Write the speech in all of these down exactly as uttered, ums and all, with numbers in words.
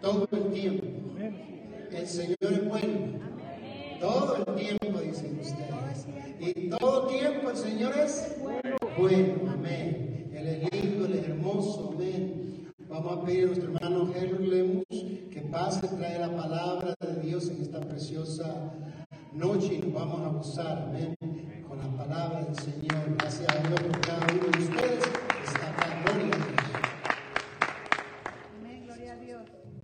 todo el tiempo. El Señor es bueno. Todo el tiempo, dicen ustedes. Y todo tiempo el Señor es bueno. Amén. Él es lindo, Él es hermoso. Amén. Vamos a pedir a nuestro hermano Henry Lemus que pase, trae la palabra de Dios en esta preciosa noche y nos vamos a gozar. Amén. Con la palabra del Señor. Gracias a Dios por cada uno de ustedes. Está acá. Gloria a Dios. Amén. Gloria a Dios.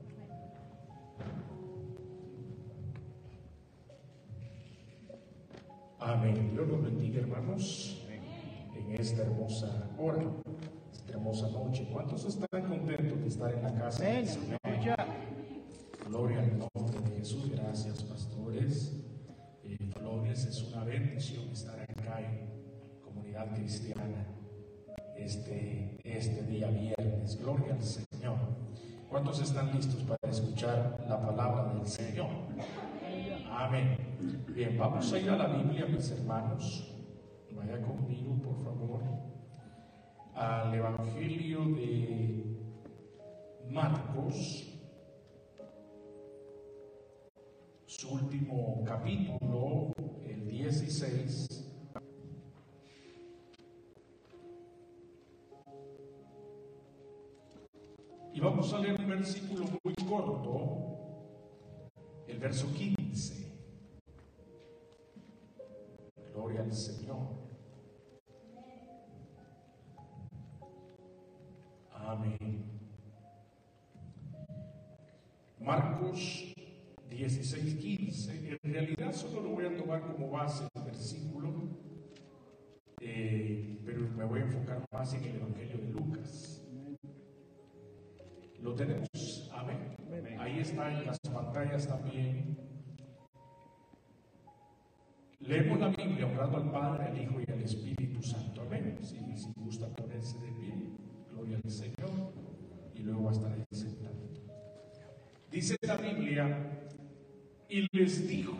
Amén. Dios los bendiga, hermanos, en esta hermosa hora, esta hermosa noche. ¿Cuántos están contentos de estar en la casa del Señor? Gloria al nombre de Jesús. Gracias, pastores. Eh, Flores, es una bendición estar acá en Comunidad Cristiana este, este día viernes. Gloria al Señor. ¿Cuántos están listos para escuchar la palabra del Señor? Amén. Bien, vamos a ir a la Biblia, mis hermanos. Vaya conmigo, por favor, al Evangelio de Marcos, su último capítulo, el dieciséis. Y vamos a leer un versículo muy corto, el verso quince. Gloria al Señor. Amén. Marcos dieciséis, quince. En realidad solo lo voy a tomar como base el versículo, eh, pero me voy a enfocar más en el Evangelio de Lucas. Lo tenemos. Amén. Ahí está en las pantallas también. Leemos la Biblia honrando al Padre, al Hijo y al Espíritu Santo. Amén. Si, si gusta ponerse de pie, gloria al Señor, y luego estar ahí sentado. Dice la Biblia, y les dijo,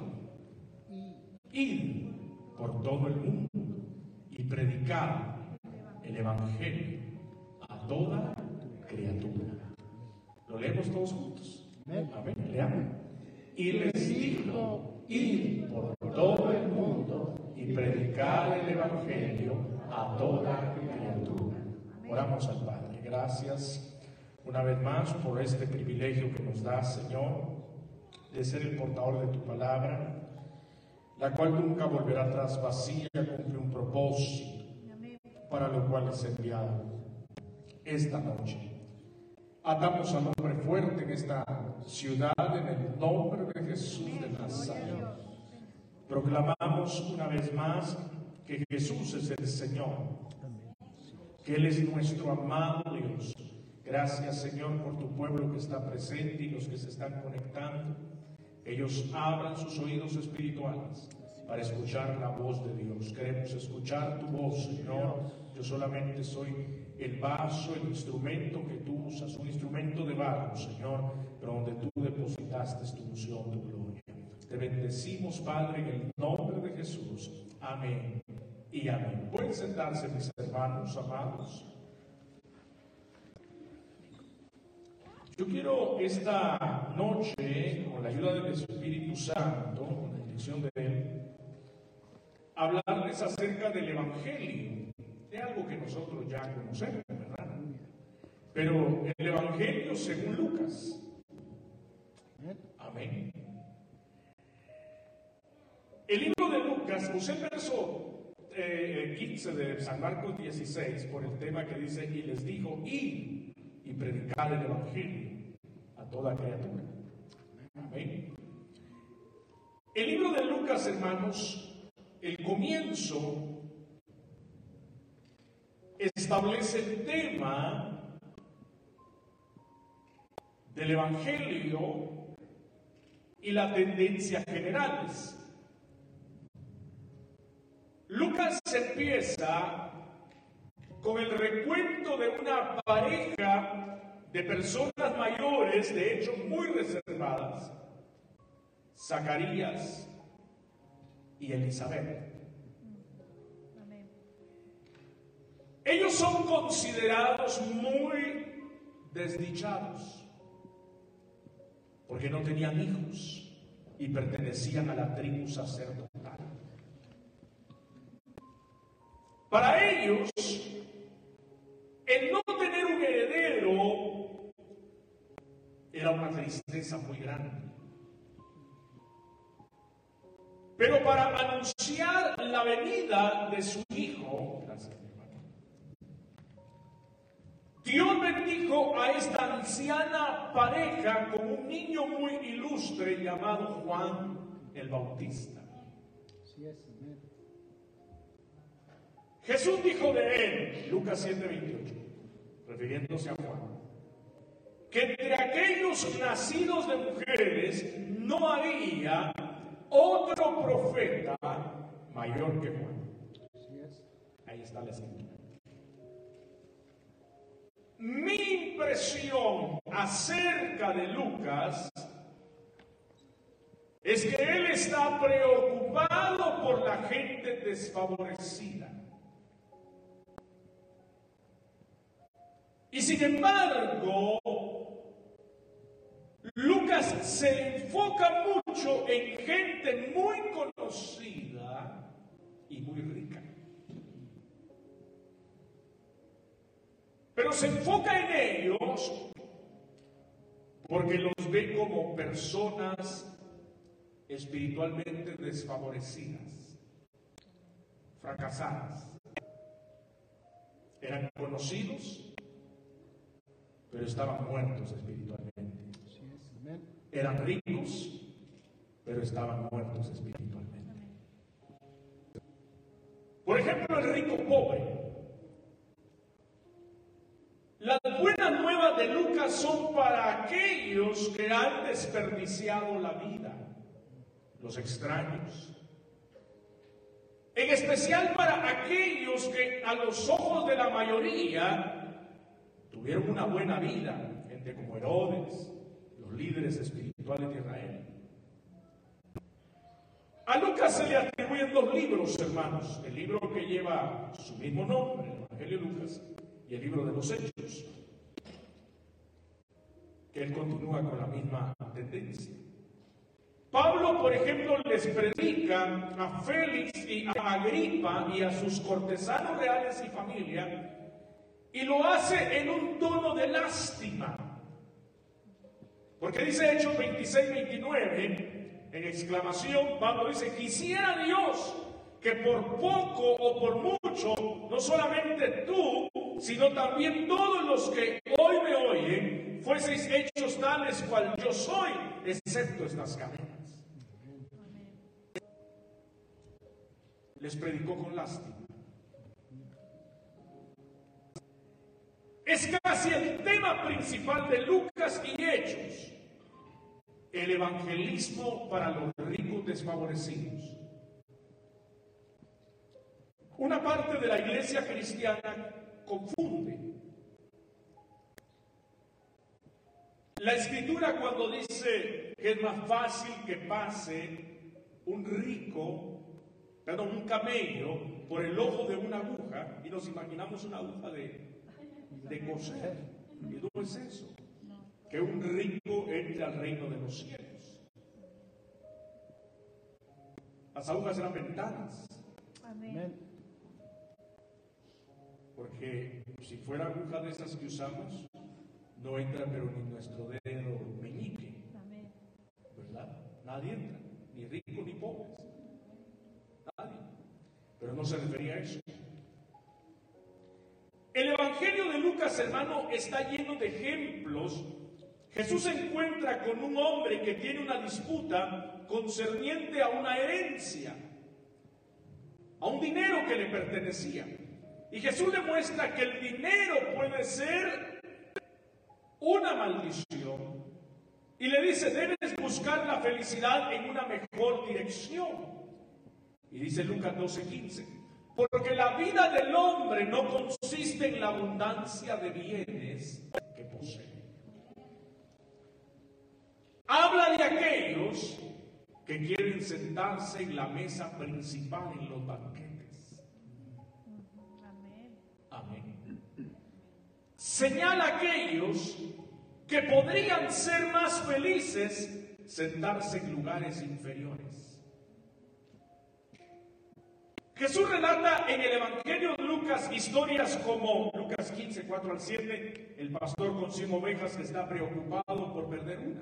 id por todo el mundo y predicad el Evangelio a toda criatura. ¿Lo leemos todos juntos? Amén. Leamos. Y les dijo, id por todo el mundo y predicar el Evangelio a toda criatura. Oramos al Padre. Gracias una vez más por este privilegio que nos da, Señor, de ser el portador de tu palabra, la cual nunca volverá atrás vacía, cumple un propósito para lo cual es enviado esta noche. Atamos al hombre fuerte en esta ciudad en el nombre de Jesús de Nazaret. Proclamamos una vez más que Jesús es el Señor, que Él es nuestro amado Dios. Gracias, Señor, por tu pueblo que está presente y los que se están conectando. Ellos abran sus oídos espirituales para escuchar la voz de Dios. Queremos escuchar tu voz, Señor. Yo solamente soy el vaso, el instrumento que tú usas, un instrumento de barro, Señor, pero donde tú depositaste tu unción, tu gloria. Te bendecimos, Padre, en el nombre de Jesús. Amén y amén. Pueden sentarse, mis hermanos amados. Yo quiero esta noche, con la ayuda del Espíritu Santo, con la dirección de Él, hablarles acerca del Evangelio, de algo que nosotros ya conocemos, ¿verdad? Pero el Evangelio según Lucas. Amén. El libro de Lucas, usé el verso eh, quince de San Marcos dieciséis por el tema que dice, y les dijo, id y predicar el Evangelio a toda criatura. Amén. El libro de Lucas, hermanos, el comienzo establece el tema del Evangelio y las tendencias generales. Lucas empieza con el recuento de una pareja de personas mayores, de hecho muy reservadas, Zacarías y Elizabeth. Amén. Ellos son considerados muy desdichados. porque no tenían hijos y pertenecían a la tribu sacerdotal. Para ellos, el no tener un heredero era una tristeza muy grande. Pero para anunciar la venida de su hijo, gracias, mi hermano, Dios bendijo a esta anciana pareja con un niño muy ilustre llamado Juan el Bautista. Jesús dijo de él, Lucas siete veintiocho, refiriéndose a Juan, que entre aquellos nacidos de mujeres no había otro profeta mayor que Juan. Ahí está la escritura. Mi impresión acerca de Lucas es que él está preocupado por la gente desfavorecida. Y sin embargo, Lucas se enfoca mucho en gente muy conocida y muy rica. Pero se enfoca en ellos porque los ve como personas espiritualmente desfavorecidas, fracasadas. Eran conocidos, pero estaban muertos espiritualmente. Eran ricos, pero estaban muertos espiritualmente. Por ejemplo, el rico pobre. Las buenas nuevas de Lucas son para aquellos que han desperdiciado la vida, los extraños. En especial para aquellos que a los ojos de la mayoría tuvieron una buena vida, gente como Herodes, los líderes espirituales de Israel. A Lucas se le atribuyen dos libros, hermanos. El libro que lleva su mismo nombre, el Evangelio de Lucas, y el libro de los Hechos, que él continúa con la misma tendencia. Pablo, por ejemplo, les predica a Félix y a Agripa y a sus cortesanos reales y familia, y lo hace en un tono de lástima. Porque dice Hechos veintiséis veintinueve, en exclamación, Pablo dice: quisiera Dios que por poco o por mucho, no solamente tú, sino también todos los que hoy me oyen, fueseis hechos tales cual yo soy, excepto estas cadenas. Les predicó con lástima. Es casi el tema principal de Lucas y Hechos, el evangelismo para los ricos desfavorecidos. Una parte de la iglesia cristiana confunde la escritura cuando dice que es más fácil que pase un rico, perdón, un camello por el ojo de una aguja, y nos imaginamos una aguja de, de coser. Y no es eso, que un rico entre al reino de los cielos. Las agujas eran ventanas. Amén. Porque si fuera aguja de esas que usamos, no entra pero ni nuestro dedo meñique. Amén. ¿Verdad? Nadie entra, ni ricos ni pobres. Nadie. Pero no se refería a eso. El Evangelio de Lucas, hermano, está lleno de ejemplos. Jesús se encuentra con un hombre que tiene una disputa concerniente a una herencia, a un dinero que le pertenecía. Y Jesús le muestra que el dinero puede ser una maldición. Y le dice: debes buscar la felicidad en una mejor dirección. Y dice Lucas doce quince: porque la vida del hombre no consiste en la abundancia de bienes que posee. Habla de aquellos que quieren sentarse en la mesa principal en los banquetes. Amén. Señala a aquellos que podrían ser más felices sentarse en lugares inferiores. Jesús relata en el Evangelio de Lucas historias como Lucas quince, cuatro al siete, el pastor con cien ovejas que está preocupado por perder una.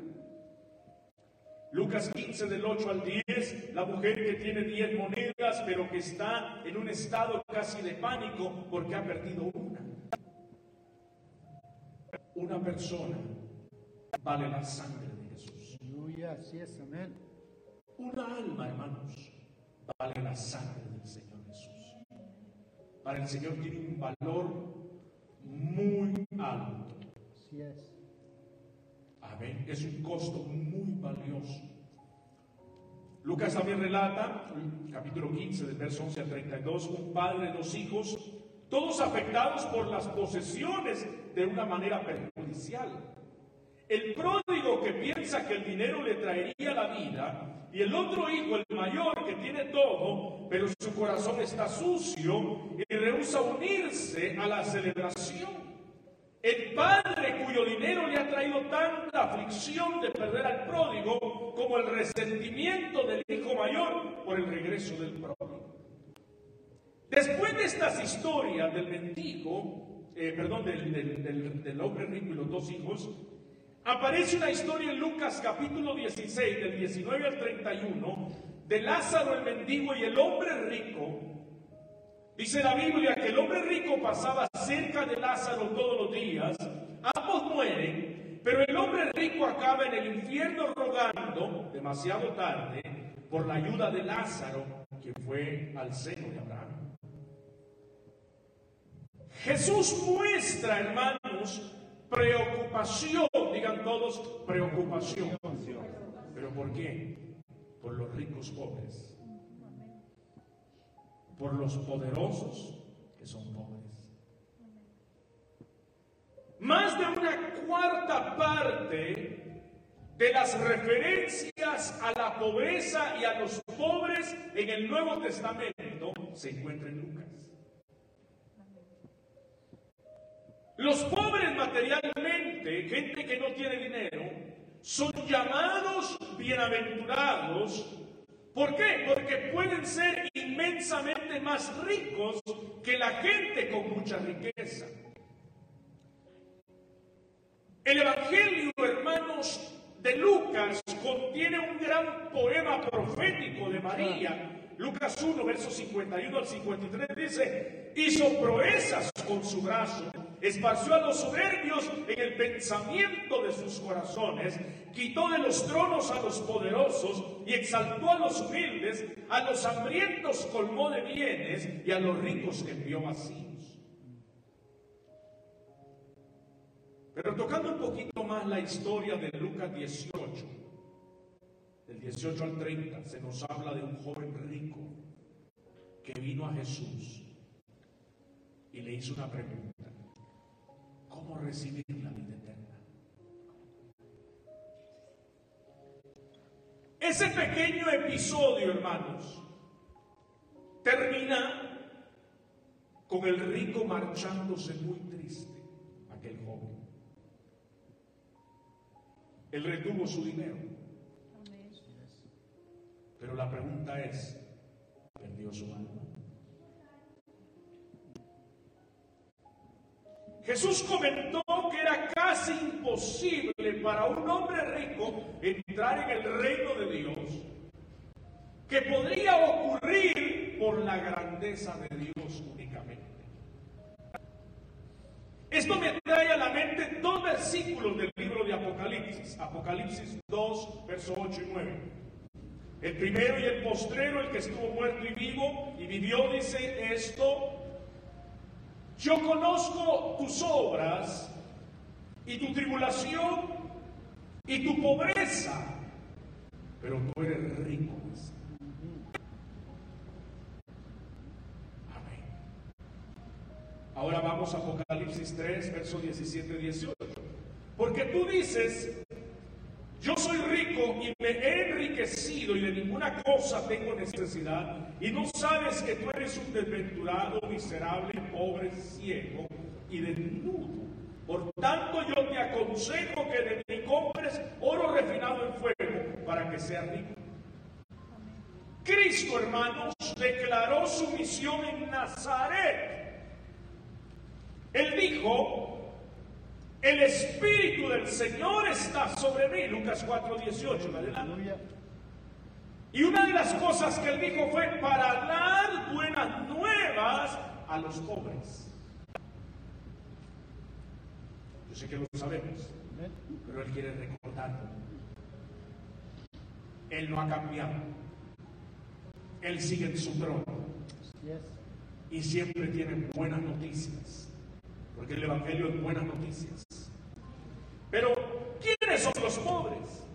Lucas quince del ocho al diez, la mujer que tiene diez monedas pero que está en un estado casi de pánico porque ha perdido una. Una persona vale la sangre de Jesús. Aleluya, así es, amén. Una alma, hermanos, vale la sangre del Señor Jesús. Para el Señor tiene un valor muy alto. Así es. Amén. Es un costo muy valioso. Lucas también relata, capítulo quince, del verso once al treinta y dos, un padre, dos hijos, todos afectados por las posesiones de una manera perjudicial. El pródigo que piensa que el dinero le traería la vida, y el otro hijo, el mayor, que tiene todo, pero su corazón está sucio y rehúsa unirse a la celebración. El padre cuyo dinero le ha traído tanta aflicción de perder al pródigo, como el resentimiento del hijo mayor por el regreso del pródigo. Después de estas historias del mendigo, eh, perdón, del, del, del, del hombre rico y los dos hijos, aparece una historia en Lucas capítulo dieciséis, del diecinueve al treinta y uno, de Lázaro el mendigo y el hombre rico. Dice la Biblia que el hombre rico pasaba cerca de Lázaro todos los días. Ambos mueren, pero el hombre rico acaba en el infierno rogando, demasiado tarde, por la ayuda de Lázaro, que fue al seno de Abraham. Jesús muestra, hermanos, preocupación, digan todos, preocupación. ¿Pero por qué? Por los ricos pobres. Por los poderosos que son pobres. Más de una cuarta parte de las referencias a la pobreza y a los pobres en el Nuevo Testamento se encuentra en Lucas. Los pobres materialmente, gente que no tiene dinero, son llamados bienaventurados. ¿Por qué? Porque pueden ser inmensamente más ricos que la gente con mucha riqueza. El Evangelio, hermanos, de Lucas contiene un gran poema profético de María. Lucas uno, versos cincuenta y uno al cincuenta y tres dice: hizo proezas con su brazo, esparció a los soberbios en el pensamiento de sus corazones, quitó de los tronos a los poderosos y exaltó a los humildes, a los hambrientos colmó de bienes y a los ricos envió vacíos. Pero tocando un poquito más la historia de Lucas dieciocho, del dieciocho al treinta, se nos habla de un joven rico que vino a Jesús y le hizo una pregunta: ¿cómo recibir la vida eterna? Ese pequeño episodio, hermanos, termina con el rico marchándose muy triste, aquel joven. Él retuvo su dinero. Pero la pregunta es, ¿perdió su alma? Jesús comentó que era casi imposible para un hombre rico entrar en el reino de Dios, que podría ocurrir por la grandeza de Dios únicamente. Esto me trae a la mente dos versículos del libro de Apocalipsis, Apocalipsis dos, versos ocho y nueve. El primero y el postrero, el que estuvo muerto y vivo y vivió, dice esto: yo conozco tus obras y tu tribulación y tu pobreza, pero tú eres rico. Amén. Ahora vamos a Apocalipsis tres, versos diecisiete y dieciocho. Porque tú dices: yo soy rico y me he enriquecido y de ninguna cosa tengo necesidad, y no sabes que tú eres un desventurado, miserable, pobre, ciego y desnudo. Por tanto yo te aconsejo que de mí compres oro refinado en fuego para que seas rico. Cristo, hermanos, declaró su misión en Nazaret. Él dijo: el Espíritu del Señor está sobre mí. Lucas cuatro dieciocho, adelante. Y una de las cosas que él dijo fue para dar buenas nuevas a los pobres. Yo sé que lo sabemos, pero él quiere recordarlo. Él no ha cambiado. Él sigue en su trono. Y siempre tiene buenas noticias. Porque el Evangelio es buenas noticias. Pero, ¿quiénes son los pobres?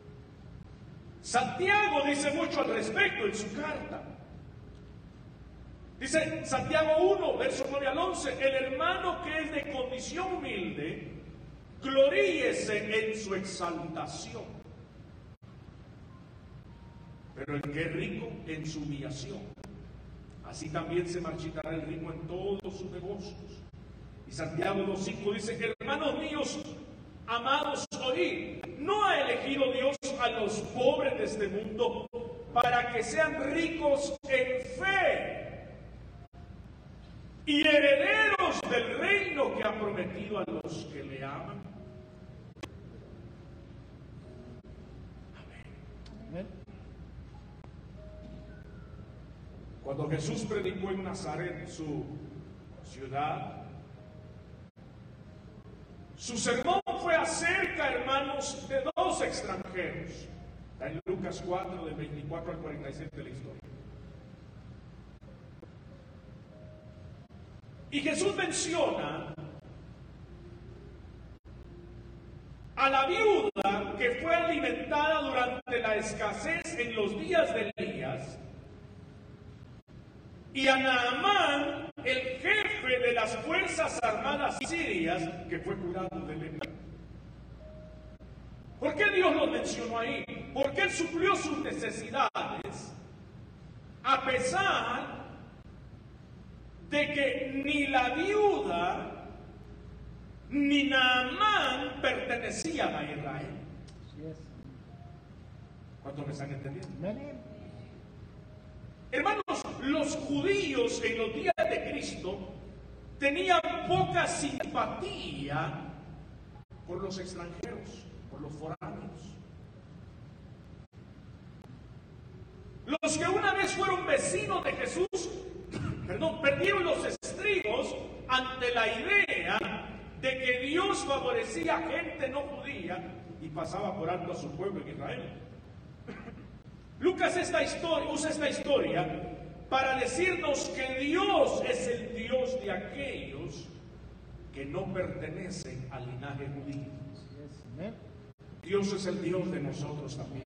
Santiago dice mucho al respecto en su carta. Dice Santiago uno, versos nueve al once: el hermano que es de condición humilde, gloríese en su exaltación. Pero el que es rico, en su humillación. Así también se marchitará el rico en todos sus negocios. Y Santiago dos cinco dice: hermanos míos, amados, oíd, ¿no ha elegido Dios a los pobres de este mundo para que sean ricos en fe y herederos del reino que ha prometido a los que le aman? Amén. Cuando Jesús predicó en Nazaret, su ciudad, su sermón fue acerca, hermanos, de dos extranjeros. Está en Lucas cuatro, del veinticuatro al cuarenta y siete de la historia. Y Jesús menciona a la viuda que fue alimentada durante la escasez en los días de Elías, y a Naamán, el jefe de las fuerzas armadas sirias, que fue curado de lepra. ¿Por qué Dios lo mencionó ahí? Porque Él suplió sus necesidades, a pesar de que ni la viuda ni Naamán pertenecían a Israel. ¿Cuántos me están entendiendo? Hermanos, los judíos en los días de Cristo tenían poca simpatía por los extranjeros, por los foráneos. Los que una vez fueron vecinos de Jesús, perdón, perdieron los estribos ante la idea de que Dios favorecía a gente no judía y pasaba por alto a su pueblo en Israel. Lucas esta historia, usa esta historia para decirnos que Dios es el Dios de aquellos que no pertenecen al linaje judío. Dios es el Dios de nosotros también.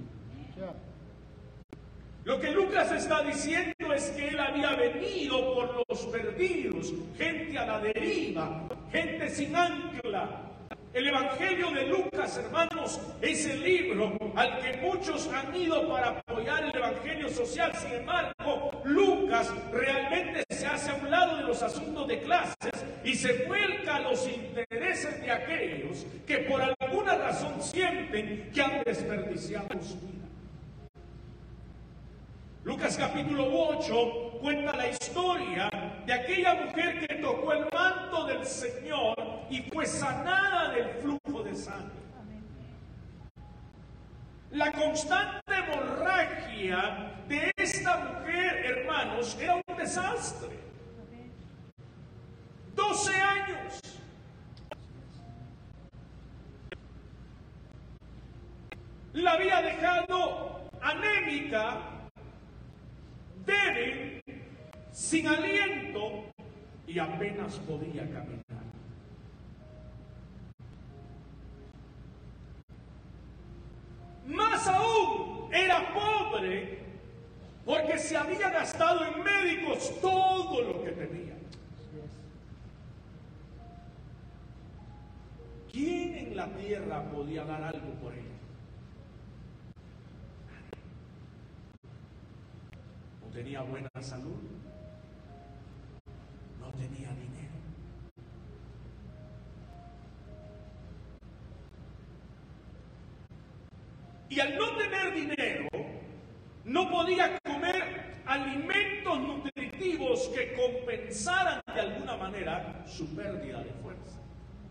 Lo que Lucas está diciendo es que Él había venido por los perdidos, gente a la deriva, gente sin ancla. El Evangelio de Lucas, hermanos, es el libro al que muchos han ido para apoyar el Evangelio social. Sin embargo, Lucas realmente se hace a un lado de los asuntos de clases y se vuelca a los intereses de aquellos que por alguna razón sienten que han desperdiciado su vida. Lucas capítulo ocho cuenta la historia de aquella mujer que tocó el manto del Señor y fue sanada del flujo de sangre. La constante hemorragia de esta mujer, hermanos, era un desastre. doce años. La había dejado anémica, débil, sin aliento y apenas podía caminar. Más aún, era pobre porque se había gastado en médicos todo lo que tenía. ¿Quién en la tierra podía dar algo por ella? No tenía buena salud, no tenía dinero. Y al no tener dinero, no podía comer alimentos nutritivos que compensaran de alguna manera su pérdida de fuerza.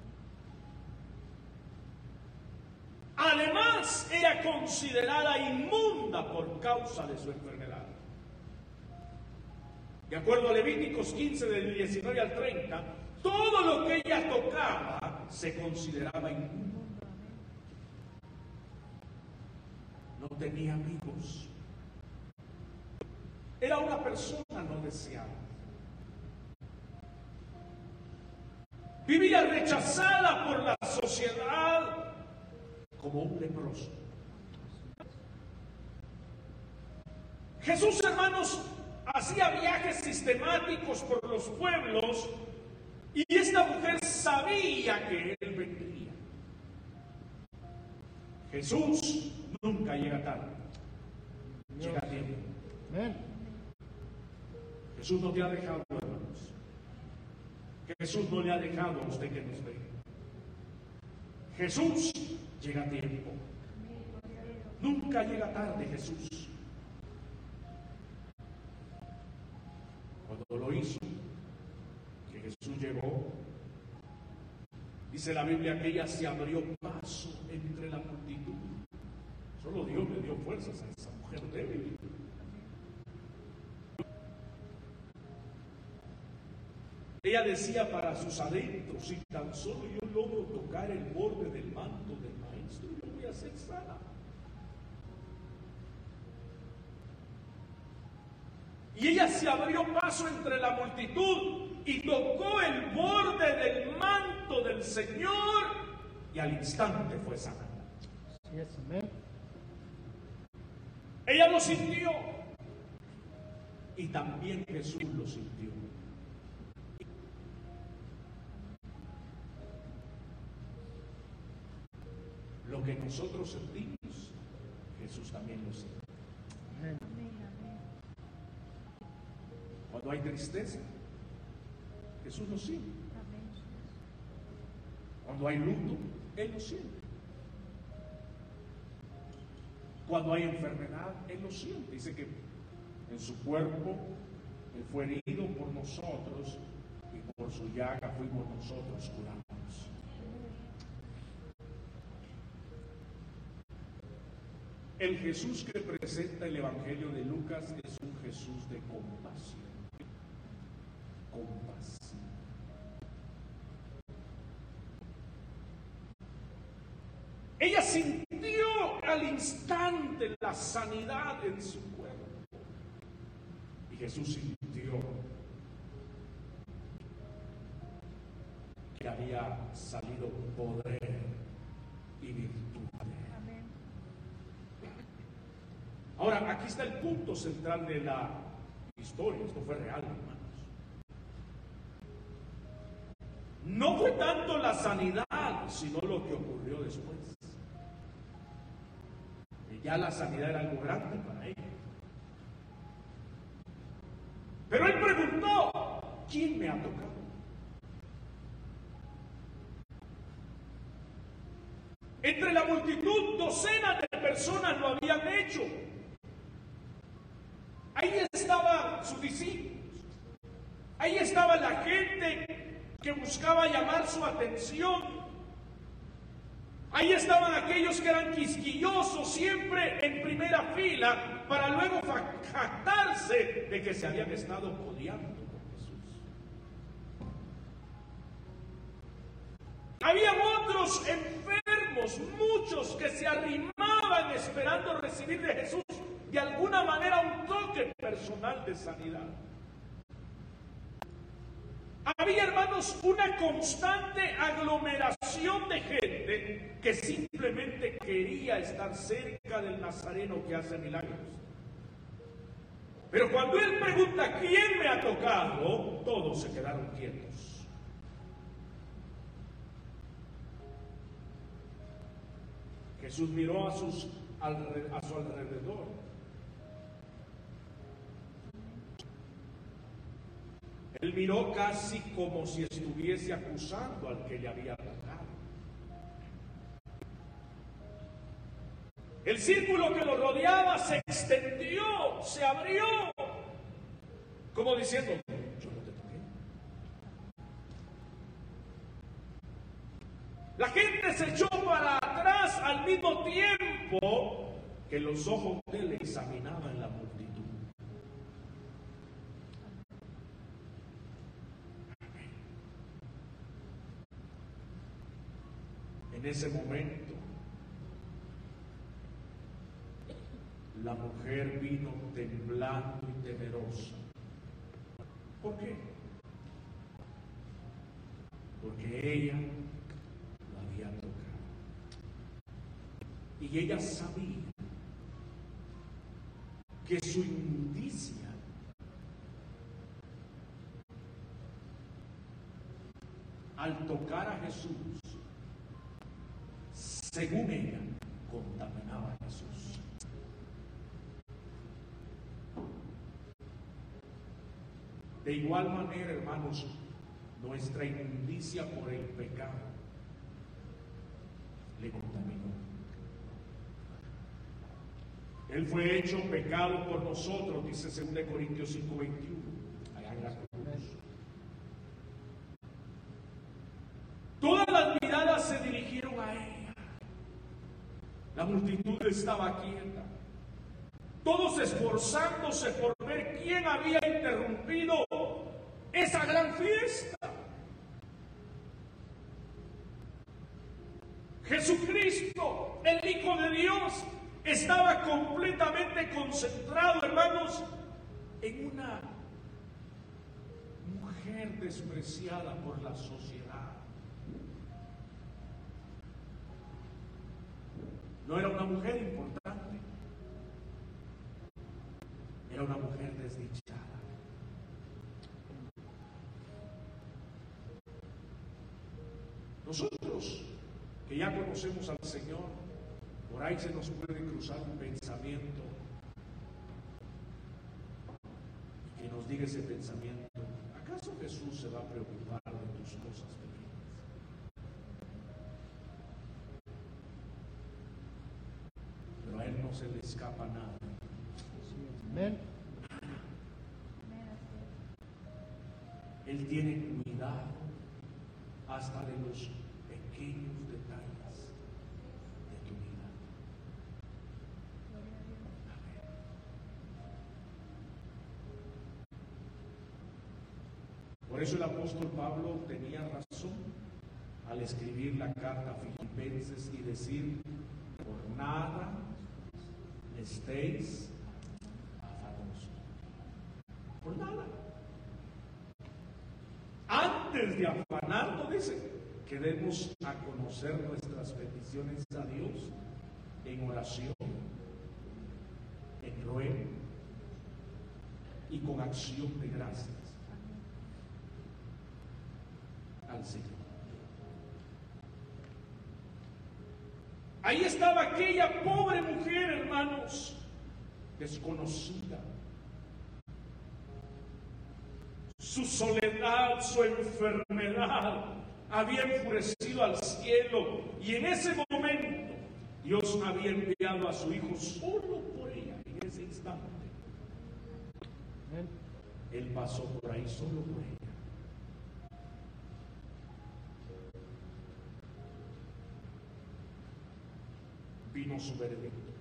Además, era considerada inmunda por causa de su enfermedad. De acuerdo a Levíticos quince, del diecinueve al treinta, todo lo que ella tocaba se consideraba inmundo. No tenía amigos. Era una persona no deseada. Vivía rechazada por la sociedad como un leproso. Jesús, hermanos, hacía viajes sistemáticos por los pueblos y esta mujer sabía que él vendría. Jesús nunca llega tarde, llega a tiempo. Jesús no te ha dejado, hermanos. Jesús no le ha dejado a usted que nos ve. Jesús llega a tiempo. Nunca llega tarde Jesús. Cuando lo hizo, que Jesús llegó, dice la Biblia que ella se abrió paso entre la multitud. Solo Dios le dio fuerzas a esa mujer débil. Ella decía para sus adentros: si tan solo yo logro tocar el borde del manto del Maestro, yo voy a ser sana. Y ella se abrió paso entre la multitud y tocó el borde del manto del Señor y al instante fue sanada. Yes, amén. Ella lo sintió y también Jesús lo sintió. Lo que nosotros sentimos, Jesús también lo siente. Cuando hay tristeza, Jesús lo siente. Cuando hay luto, Él lo siente. Cuando hay enfermedad, Él lo siente. Dice que en su cuerpo Él fue herido por nosotros y por su llaga fuimos nosotros curados. El Jesús que presenta el Evangelio de Lucas es un Jesús de compasión. Compasión. Ella sintió al instante la sanidad en su cuerpo. Y Jesús sintió que había salido poder y virtud. Ahora, aquí está el punto central de la historia. Esto fue real, hermanos. No fue tanto la sanidad, sino lo que ocurrió después. Y ya la sanidad era algo grande para ella. Pero él preguntó: ¿quién me ha tocado? Entre la multitud, docenas de personas lo habían hecho. Ahí estaban sus discípulos. Ahí estaba la gente que buscaba llamar su atención. Ahí estaban aquellos que eran quisquillosos, siempre en primera fila, para luego jactarse de que se habían estado codeando con Jesús. Había otros enfermos, muchos que se arrimaban esperando recibir de Jesús de alguna manera un toque personal de sanidad. Había, hermanos, una constante aglomeración de gente que simplemente quería estar cerca del Nazareno que hace milagros. Pero cuando él pregunta ¿quién me ha tocado?, todos se quedaron quietos. Jesús miró a, sus, a su alrededor. Él miró casi como si estuviese acusando al que le había tocado. El círculo que lo rodeaba se extendió, se abrió, como diciendo, yo no te toqué. La gente se echó para atrás al mismo tiempo que los ojos de él examinaban la multitud. En ese momento, la mujer vino temblando y temerosa. ¿Por qué? Porque ella lo había tocado. Y ella sabía que su inmundicia al tocar a Jesús, según ella, contaminaba a Jesús. De igual manera, hermanos, nuestra inmundicia por el pecado le contaminó. Él fue hecho pecado por nosotros, dice segunda Corintios cinco veintiuno. Allá en la cruz. Todas las miradas se dirigieron a ella. La multitud estaba quieta, todos esforzándose por ver quién había interrumpido esa gran fiesta. Jesucristo, el Hijo de Dios, estaba completamente concentrado, hermanos, en una mujer despreciada por la sociedad. No era una mujer importante, era una mujer desdichada. Nosotros, que ya conocemos al Señor, por ahí se nos puede cruzar un pensamiento y que nos diga ese pensamiento: ¿acaso Jesús se va a preocupar de tus cosas pequeñas? Pero a Él no se le escapa nada. Amén. Él tiene cuidado hasta de los pequeños detalles de tu vida. Amén. Por eso el apóstol Pablo tenía razón al escribir la carta a Filipenses y decir: por nada estéis afanosos. Por nada. Antes de afanarnos, dice, que demos a conocer nuestras peticiones a Dios en oración, en ruego y con acción de gracias al Señor. Ahí estaba aquella pobre mujer, hermanos, desconocida. Su soledad, su enfermedad había enfurecido al cielo, y en ese momento Dios había enviado a su Hijo solo por ella. En ese instante Él pasó por ahí solo por ella. Vino su veredicto.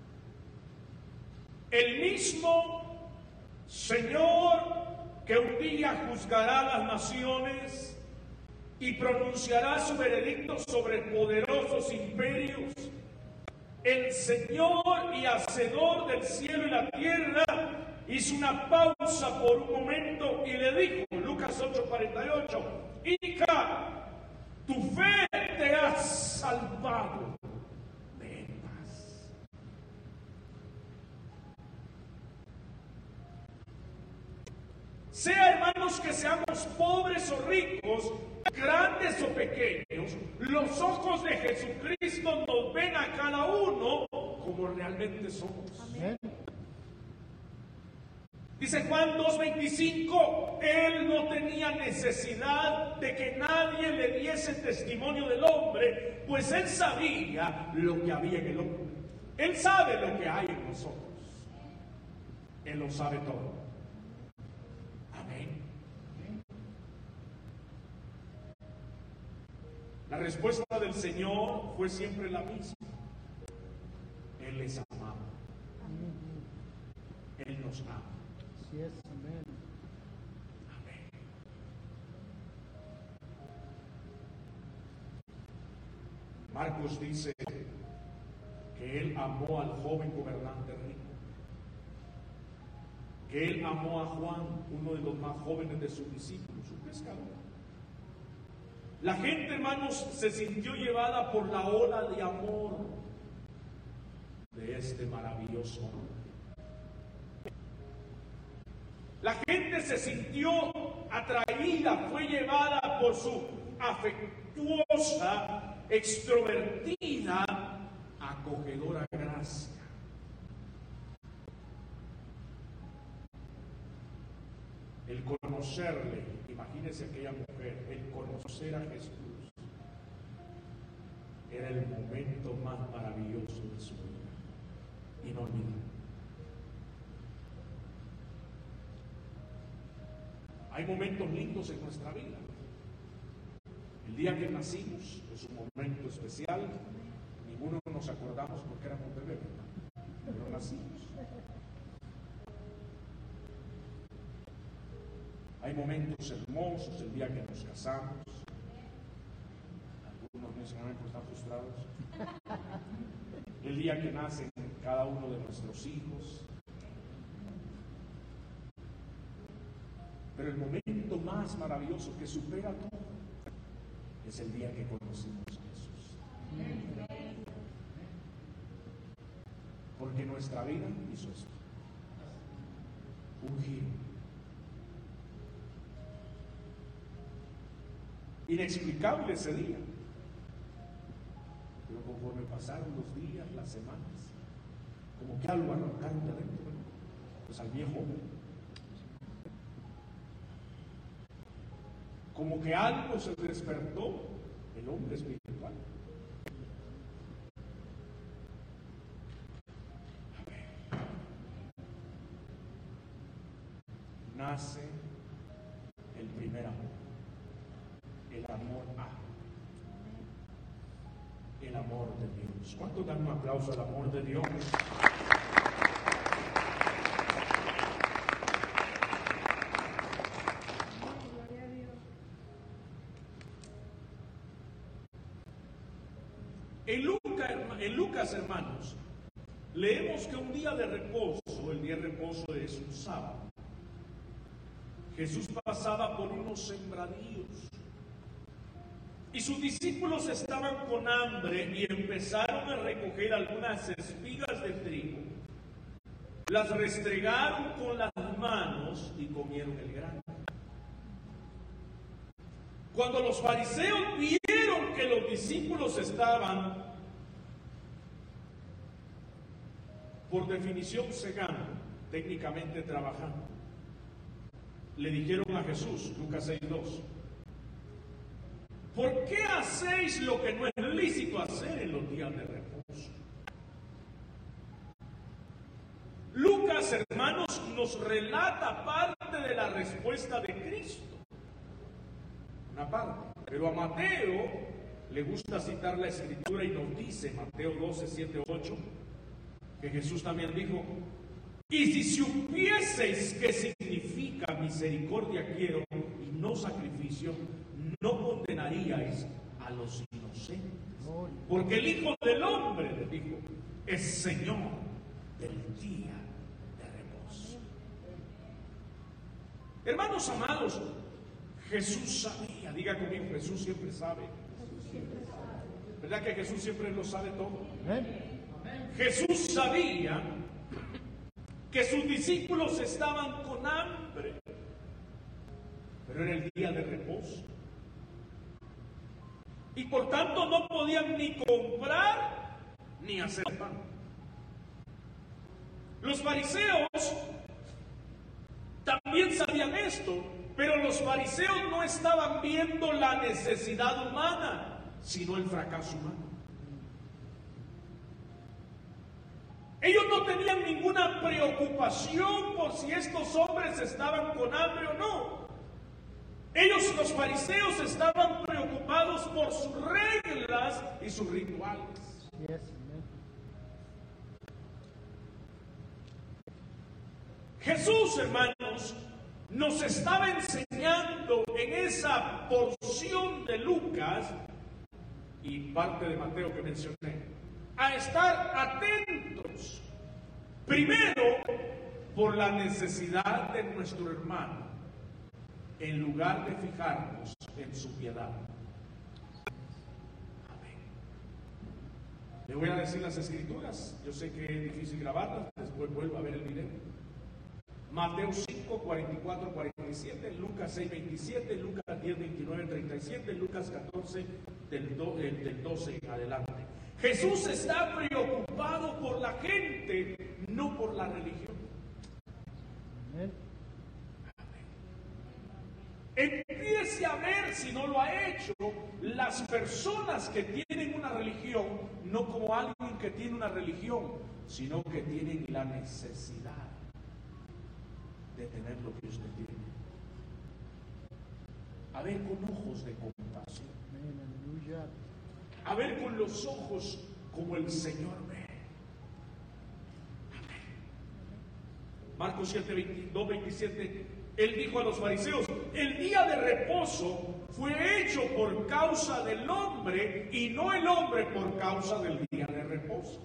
El mismo Señor que un día juzgará a las naciones y pronunciará su veredicto sobre poderosos imperios, el Señor y Hacedor del cielo y la tierra, hizo una pausa por un momento y le dijo, Lucas ocho cuarenta y ocho, hija, tu fe te ha salvado. Sea, hermanos, que seamos pobres o ricos, grandes o pequeños, los ojos de Jesucristo nos ven a cada uno como realmente somos. Amén. Dice Juan dos veinticinco, Él no tenía necesidad de que nadie le diese testimonio del hombre, pues Él sabía lo que había en el hombre. Él sabe lo que hay en nosotros. Él lo sabe todo. Amén. La respuesta del Señor fue siempre la misma. Él les amaba. Él nos ama. Así es, amén. Amén. Marcos dice que Él amó al joven gobernante rico, que Él amó a Juan, uno de los más jóvenes de sus discípulos, un pescador. La gente, hermanos, se sintió llevada por la ola de amor de este maravilloso hombre. La gente se sintió atraída, fue llevada por su afectuosa, extrovertida, acogedora gracia. El conocerle, imagínense aquella mujer, el conocer a Jesús era el momento más maravilloso de su vida, inolvidable. Hay momentos lindos en nuestra vida. El día que nacimos es un momento especial. Ninguno nos acordamos porque éramos bebés, pero nacimos. Hay momentos hermosos, el día que nos casamos. Algunos mencionan que están frustrados. El día que nacen cada uno de nuestros hijos. Pero el momento más maravilloso que supera todo es el día que conocimos a Jesús. Porque nuestra vida hizo esto. Un giro. Inexplicable ese día. Pero conforme pasaron los días, las semanas, como que algo arrancaron de adentro, pues al viejo hombre. Como que algo se despertó, el hombre espiritual. Nace el primer amor, el amor a, el amor de Dios. ¿Cuántos dan un aplauso al amor de Dios? En Lucas, en Lucas, hermanos, leemos que un día de reposo, el día de reposo es un sábado, Jesús pasaba por unos sembradíos y sus discípulos estaban con hambre y empezaron a recoger algunas espigas de trigo, las restregaron con las manos y comieron el grano. Cuando los fariseos vieron que los discípulos estaban, por definición, cegando, técnicamente trabajando, le dijeron a Jesús, Lucas seis dos, ¿por qué hacéis lo que no es lícito hacer en los días de reposo? Lucas, hermanos, nos relata parte de la respuesta de Cristo. Una parte, pero a Mateo le gusta citar la escritura y nos dice, Mateo doce, siete, ocho, que Jesús también dijo, y si supieseis qué significa misericordia quiero y no sacrificio, no condenaríais a los inocentes, porque el Hijo del Hombre, le dijo, es Señor del día de reposo. Hermanos amados, Jesús sabía, diga conmigo, Jesús siempre sabe. ¿Verdad que Jesús siempre lo sabe todo? Jesús sabía que sus discípulos estaban con hambre, pero era el día de reposo. Y por tanto no podían ni comprar ni hacer pan. Los fariseos también sabían esto, pero los fariseos no estaban viendo la necesidad humana, sino el fracaso humano. no tenían ninguna preocupación por si estos hombres estaban con hambre o no. Ellos, los fariseos, estaban preocupados por sus reglas y sus rituales. Yes. Jesús, hermanos, nos estaba enseñando en esa porción de Lucas y parte de Mateo que mencioné, a estar atentos, primero, por la necesidad de nuestro hermano, en lugar de fijarnos en su piedad. Amén. Le voy a decir las escrituras. Yo sé que es difícil grabarlas, después vuelvo a ver el video. Mateo cinco, cuarenta y cuatro, cuarenta y siete, Lucas seis, veintisiete, Lucas diez, veintinueve, treinta y siete, Lucas catorce, del, do, del doce en adelante. Jesús está preocupado por la gente, no por la religión. Amén. Empiece a ver, si no lo ha hecho, las personas que tienen una religión, no como alguien que tiene una religión, sino que tienen la necesidad de tener lo que usted tiene. A ver con ojos de compasión. Aleluya. A ver con los ojos como el Señor ve. Amén. Marcos siete, veintidós, veintisiete. Él dijo a los fariseos: el día de reposo fue hecho por causa del hombre y no el hombre por causa del día de reposo.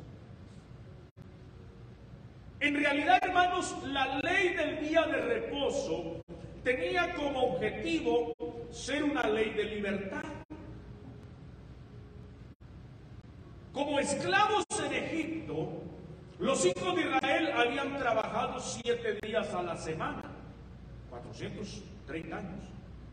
En realidad, hermanos, la ley del día de reposo tenía como objetivo ser una ley de libertad. Como esclavos en Egipto, los hijos de Israel habían trabajado siete días a la semana, cuatrocientos treinta años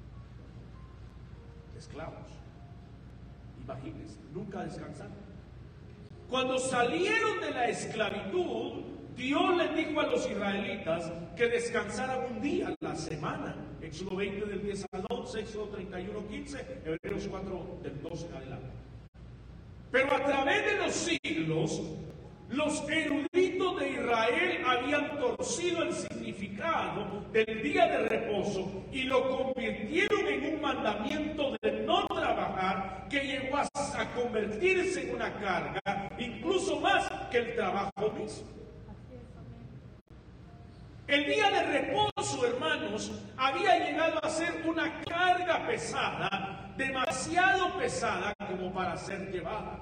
de esclavos. Imagínense, nunca descansaron. Cuando salieron de la esclavitud, Dios les dijo a los israelitas que descansaran un día a la semana. Éxodo veinte del diez al once, Éxodo treinta y uno, quince, Hebreos cuatro del doce en adelante. Pero a través de los siglos, los eruditos de Israel habían torcido el significado del día de reposo y lo convirtieron en un mandamiento de no trabajar que llegó a, a convertirse en una carga, incluso más que el trabajo mismo. El día de reposo, hermanos, había llegado a ser una carga pesada, demasiado pesada como para ser llevada.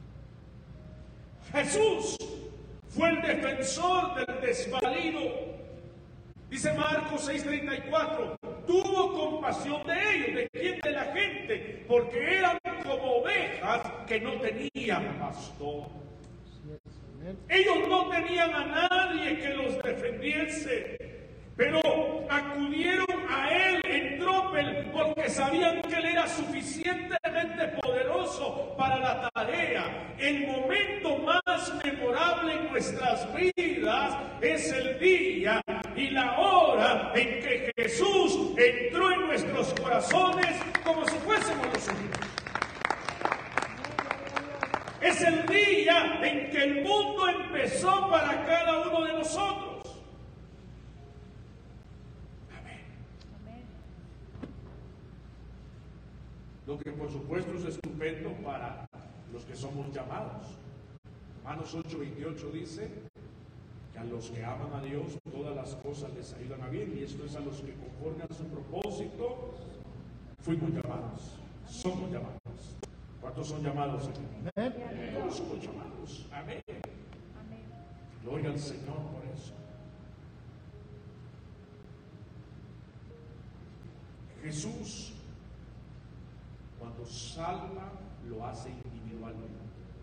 Jesús fue el defensor del desvalido. Dice Marcos seis, treinta y cuatro, tuvo compasión de ellos. ¿De quién? De la gente, porque eran como ovejas que no tenían pastor. Ellos no tenían a nadie que los defendiese, pero acudieron a él en tropel porque sabían que él era suficientemente poderoso para la tarea. El momento más memorable en nuestras vidas es el día y la hora en que Jesús entró en nuestros corazones como si fuésemos los suyos. Es el día en que el mundo empezó para cada uno de nosotros. Amén. Amén. Lo que por supuesto es estupendo para los que somos llamados. Romanos ocho, veintiocho dice que a los que aman a Dios todas las cosas les ayudan a bien, y esto es a los que conforme a su propósito fuimos llamados, somos llamados. ¿Cuántos son llamados aquí? Amén. Todos somos llamados. Amén. Amén. Gloria al Señor por eso. Jesús, cuando salva, lo hace individualmente.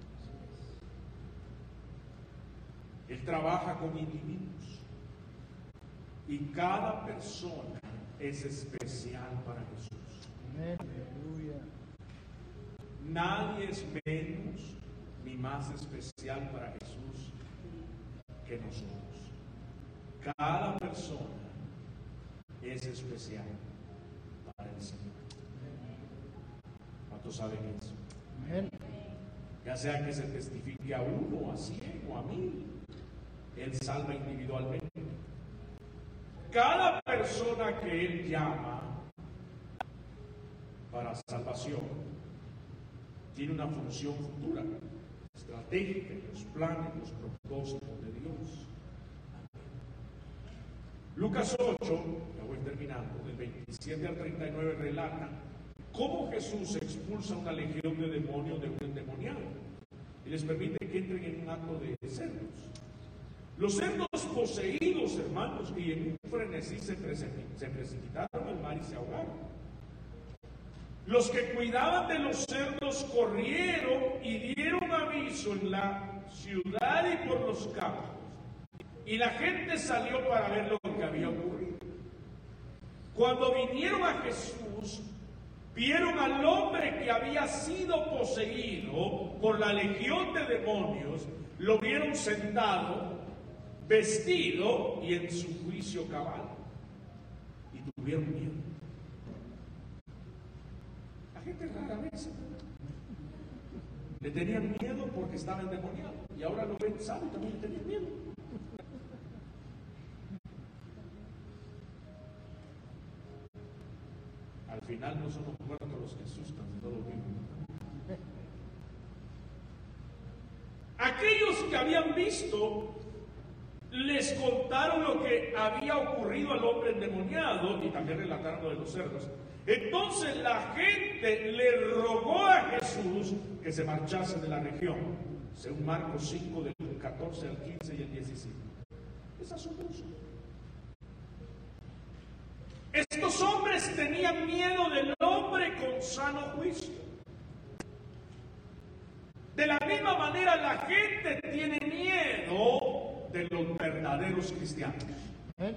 Él trabaja con individuos y cada persona es especial para Jesús. Amén. Aleluya. Nadie es menos ni más especial para Jesús que nosotros. Cada persona es especial para el Señor. ¿Cuántos saben eso? Amén. Ya sea que se testifique a uno, a cien o a mil, Él salva individualmente. Cada persona que Él llama para salvación tiene una función futura, estratégica, en los planes, los propósitos de Dios. Lucas ocho, ya voy terminando, del veintisiete al treinta y nueve relata cómo Jesús expulsa una legión de demonios de un endemoniado y les permite que entren en un acto de cerdos. Los cerdos poseídos, hermanos, y en un frenesí se precipitaron al mar y se ahogaron. Los que cuidaban de los cerdos corrieron y dieron aviso en la ciudad y por los campos. Y la gente salió para ver lo que había ocurrido. Cuando vinieron a Jesús, vieron al hombre que había sido poseído por la legión de demonios, lo vieron sentado, vestido y en su juicio cabal. Y tuvieron miedo. La gente rara vez le tenían miedo porque estaba endemoniado. Y ahora lo ven sano y también le tenían miedo. Al final no son los muertos los que asustan, sino los vivos. Aquellos que habían visto les contaron lo que había ocurrido al hombre endemoniado y también relataron lo de los cerdos. Entonces la gente le rogó a Jesús que se marchase de la región, según Marcos cinco, del catorce al quince y el diecisiete. Es asombroso. Estos hombres tenían miedo del hombre con sano juicio. De la misma manera la gente tiene miedo de los verdaderos cristianos. Amén.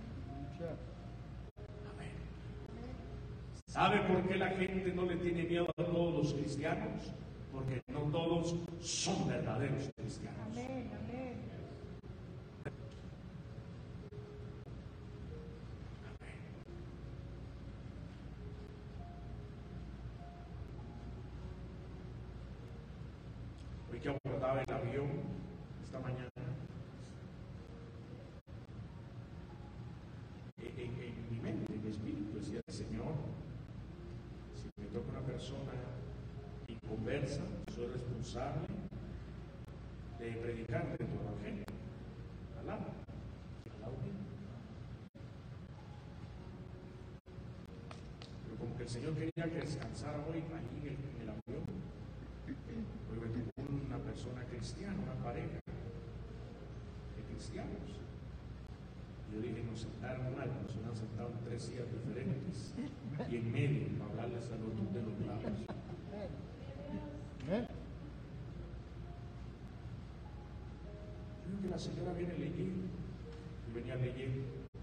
¿Sabe por qué la gente no le tiene miedo a todos los cristianos? Porque no todos son verdaderos cristianos. Amén, amén. Hoy que abordaba el avión esta mañana, en, en, en mi mente, en mi espíritu, decía: Señor, si me toca una persona y conversa, soy responsable de predicarle tu evangelio. Al lado, al lado mío. Pero como que el Señor quería que descansara hoy ahí en el, en el avión. Hoy me tocó una persona cristiana, una pareja de cristianos. Yo dije: nos sentaron mal, nos han sentado en tres sillas diferentes y en medio para hablarles a los de los lados. Yo veo que la señora viene leyendo y venía leyendo.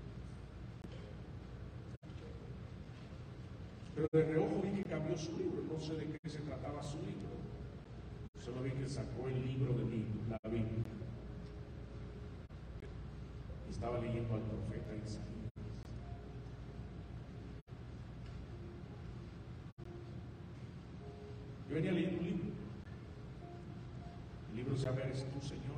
Pero de reojo vi que cambió su libro, no sé de qué se trataba su libro. Solo vi que sacó el libro de mí, la Biblia. Estaba leyendo al profeta Isaías. Yo venía leyendo un libro. El libro se llama ¿Eres tú, Señor?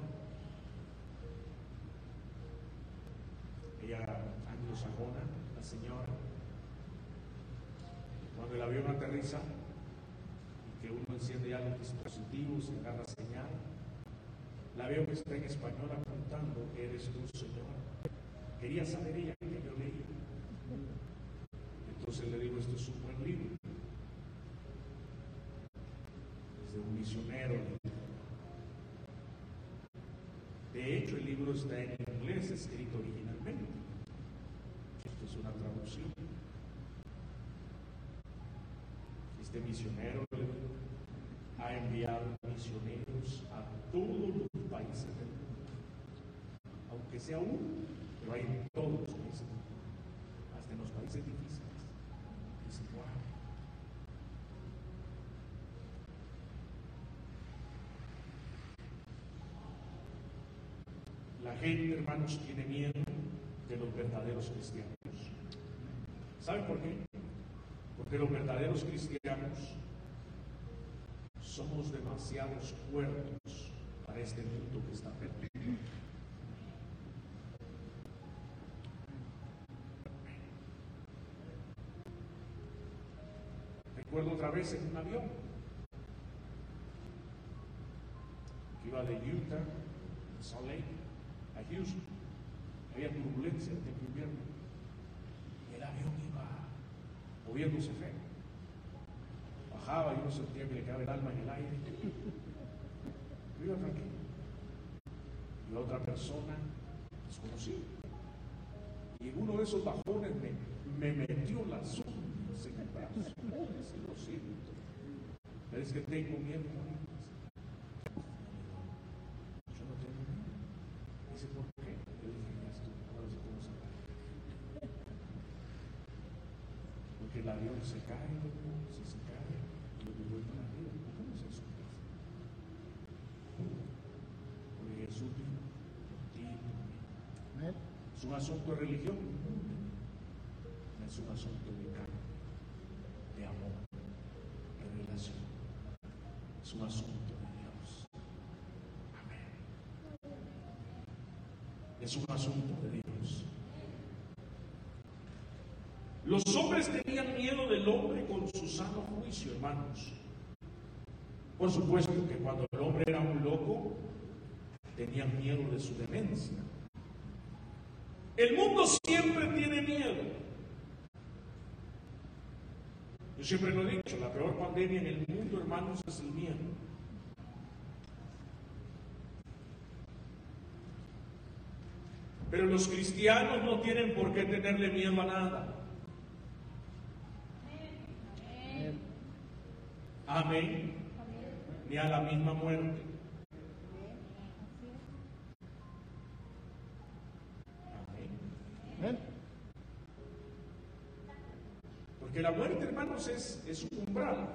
Ella, anglosajona, la señora. Cuando el avión aterriza y que uno enciende ya los dispositivos y agarra señal, la veo que está en español apuntando: ¿Eres tú, Señor? Quería saber ella que yo leía. Entonces le digo: esto es un buen libro. Es de un misionero. De hecho, el libro está en inglés, escrito originalmente. Esto es una traducción. Este misionero ha enviado misioneros a todos los países del mundo, aunque sea uno, pero hay en todos los países, hasta en los países difíciles. Dice: wow. La gente, hermanos, tiene miedo de los verdaderos cristianos. ¿Saben por qué? Porque los verdaderos cristianos somos demasiados cuerdos para este mundo que está perdido. Recuerdo otra vez en un avión que iba de Utah, Salt Lake, a Houston. Había turbulencia en el invierno. Y el avión iba moviéndose feo. Bajaba y uno sentía que le quedaba el alma en el aire. Yo iba tranquilo. Y otra persona desconocida. Y en uno de esos bajones me, me metió las uñas en el brazo. Sí, lo siento. Pero es que tengo miedo. Yo no tengo miedo. Dice, ¿por qué? Yo dije, esto, ahora sé cómo se va. Porque el avión se cae, si se cae, y lo que vuelve a la vida. ¿Cómo es eso? Porque Jesús vino por ti y por mí. Es un asunto de religión, no es un asunto de cambio, de amor, de relación. Es un asunto de Dios. Amén. Es un asunto de Dios. Los hombres tenían miedo del hombre con su sano juicio, hermanos. Por supuesto que cuando el hombre era un loco, tenían miedo de su demencia. El mundo siempre tiene miedo. Yo siempre lo he dicho, la peor pandemia en el mundo, hermanos, es el miedo. Pero los cristianos no tienen por qué tenerle miedo a nada. Amén. Ni a la misma muerte. Porque la muerte, hermanos, es, es un umbral.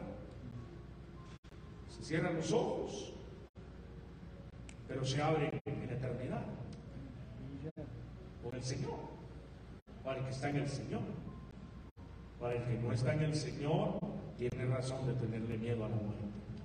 Se cierran los ojos, pero se abren en la eternidad con el Señor. Para el que está en el Señor. Para el que no está en el Señor, tiene razón de tenerle miedo a la muerte.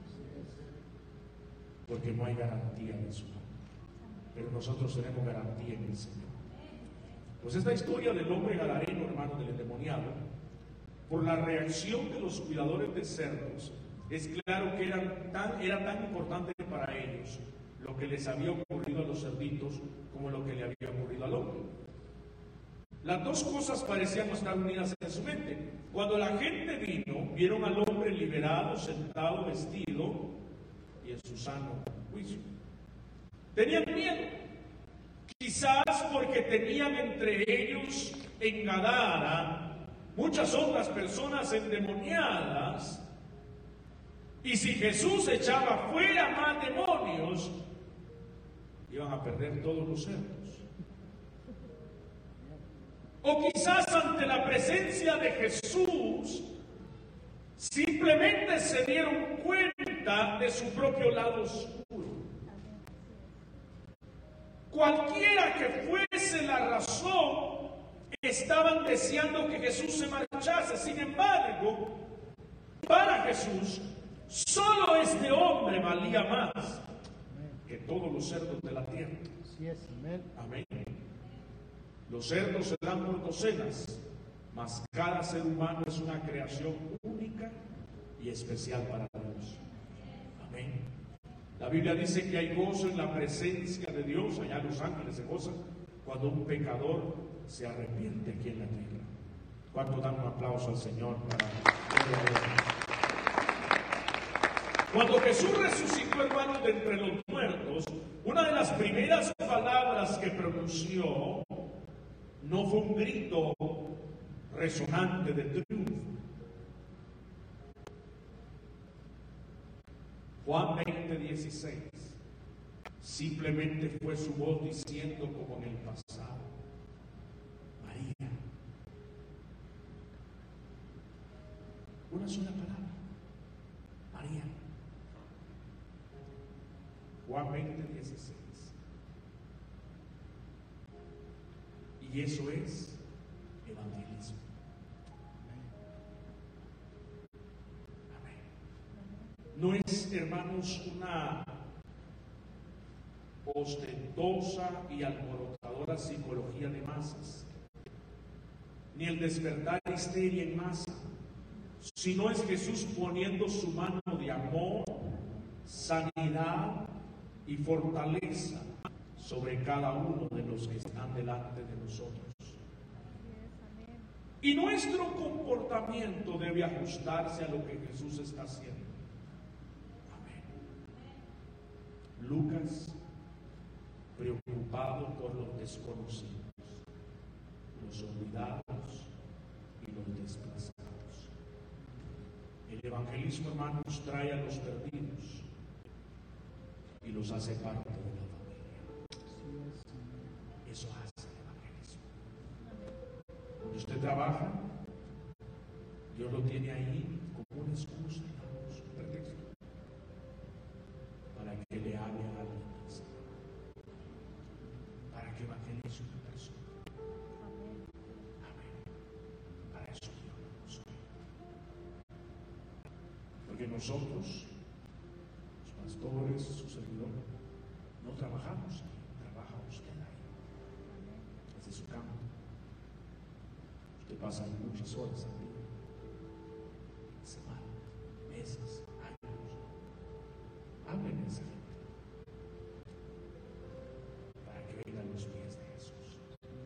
Porque no hay garantía de su muerte. Pero nosotros tenemos garantía en el Señor. Pues esta historia del hombre gadareno, hermano, del endemoniado, por la reacción de los cuidadores de cerdos, es claro que eran tan, era tan importante para ellos lo que les había ocurrido a los cerditos como lo que le había ocurrido al hombre. Las dos cosas parecían estar unidas en su mente. Cuando la gente vino, vieron al hombre liberado, sentado, vestido y en su sano juicio. Tenían miedo, quizás porque tenían entre ellos en Gadara muchas otras personas endemoniadas, y si Jesús echaba fuera más demonios, iban a perder todos los cerdos. O quizás ante la presencia de Jesús, simplemente se dieron cuenta de su propio lado oscuro. Cualquiera que fuese la razón, estaban deseando que Jesús se marchase. Sin embargo, para Jesús, solo este hombre valía más que todos los cerdos de la tierra. Así es, amén. Amén. Los cerdos se dan por docenas, mas cada ser humano es una creación única y especial para Dios. Amén. La Biblia dice que hay gozo en la presencia de Dios, allá los ángeles se gozan cuando un pecador se arrepiente aquí en la tierra. ¿Cuánto dan un aplauso al Señor para Cuando Jesús resucitó, hermanos, de entre los muertos, una de las primeras palabras que pronunció no fue un grito resonante de triunfo. Juan veinte, dieciséis, simplemente fue su voz diciendo como en el pasado: María. Una sola palabra: María. Juan veinte, dieciséis. Y eso es evangelismo. Amén. No es, hermanos, una ostentosa y alborotadora psicología de masas, ni el despertar histeria en masa. sino es Jesús poniendo su mano de amor, sanidad y fortaleza sobre cada uno de los que están delante de nosotros. Y nuestro comportamiento debe ajustarse a lo que Jesús está haciendo. Amén. Lucas, preocupado por los desconocidos, los olvidados y los desplazados. El evangelismo, hermanos, trae a los perdidos y los hace parte de la familia. Eso hace el evangelismo. Cuando usted trabaja, Dios lo tiene ahí como una excusa, hermanos, un pretexto para que le hable a alguien, para que evangelice una persona. Amén. Para eso Dios nos usa. Porque nosotros, los pastores, su servidor, no trabajamos ahí, trabaja usted ahí, desde su campo. Usted pasa muchas horas al día, semanas, meses, años. Hablen a esa gente para que vengan los pies de Jesús.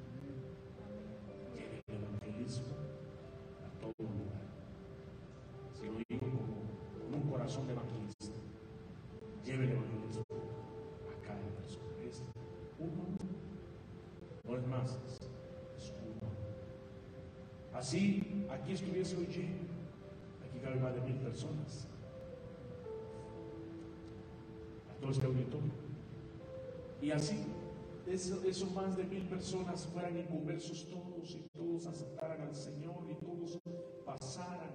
Lleve el evangelismo a todo lugar. Si lo digo como con un corazón de evangelista, lleve el evangelismo a cada persona. Es uno, no es más, es uno. Así, aquí estuviese hoy lleno, aquí cabe más de mil personas, a todo este auditorio. Y así, eso, eso más de mil personas fueran inconversos todos, y todos aceptaran al Señor, y todos pasaran.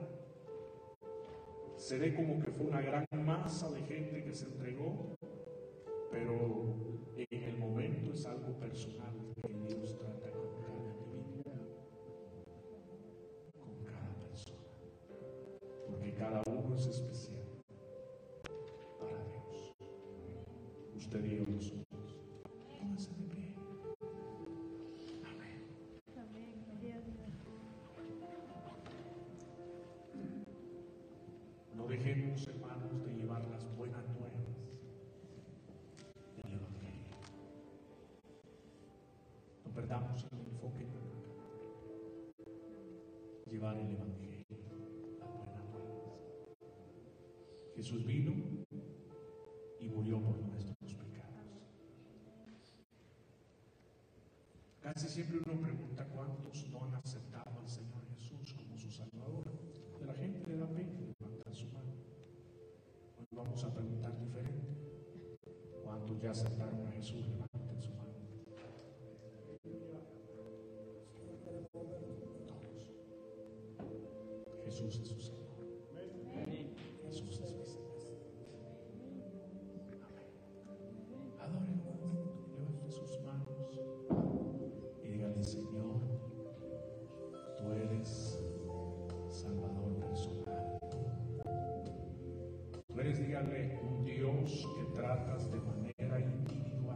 Se ve como que fue una gran masa de gente que se entregó, pero en el momento es algo personal que Dios trata con cada individuo, con cada persona, porque cada uno es especial para Dios. Usted y yo nosotros. Pónganse de pie. Amén. No dejemos, hermanos, de llevar las buenas nuevas del Evangelio. No perdamos el enfoque nunca. Llevar el Evangelio, las buenas nuevas. Jesús vino y murió por nuestros pecados. Casi siempre uno pregunta cuántos no han aceptado al Señor Jesús como su Salvador. De la gente le da pena levantar su mano. Hoy vamos a preguntar diferente. ¿Cuántos ya aceptaron a Jesús? Levanten su mano. Todos. Jesús es su Señor. Jesús es mi Señor. Amén. Adoren un momento, levanten sus manos y díganle: Señor, tú eres Salvador personal. Tú eres, díganle, un Dios que tratas de manera individual.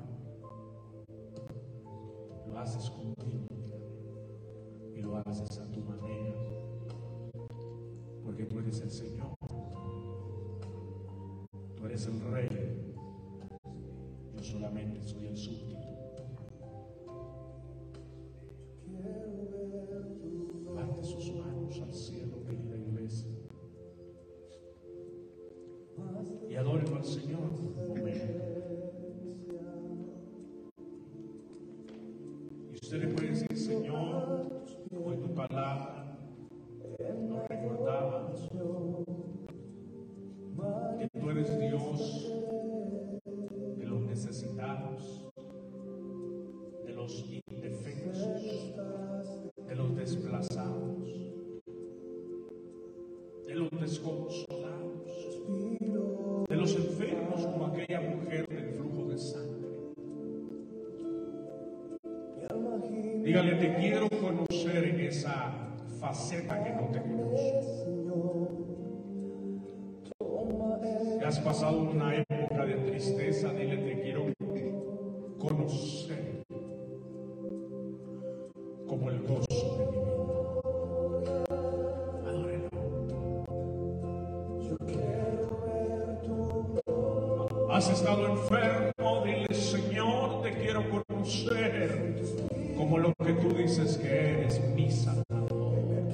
Lo haces contigo, díganle, y lo haces a tu manera, porque tú eres el Señor. Tú eres el Rey. Yo solamente soy el súbdito. Levante sus manos al cielo, querida iglesia, y adoren al Señor un momento. Y usted le puede decir: Señor, hoy tu palabra nos recordaba que tú eres Dios de los necesitados, de los indefensos, de los desplazados, de los desconsolados, de los enfermos, como aquella mujer del flujo de sangre. Dígale: te quiero conocer en esa faceta que no te conozco. Has pasado una época de tristeza, dile: te quiero conocer como el gozo de mi vida. Adórelo. has estado enfermo, dile: Señor, te quiero conocer como lo que tú dices que eres, mi Salvador.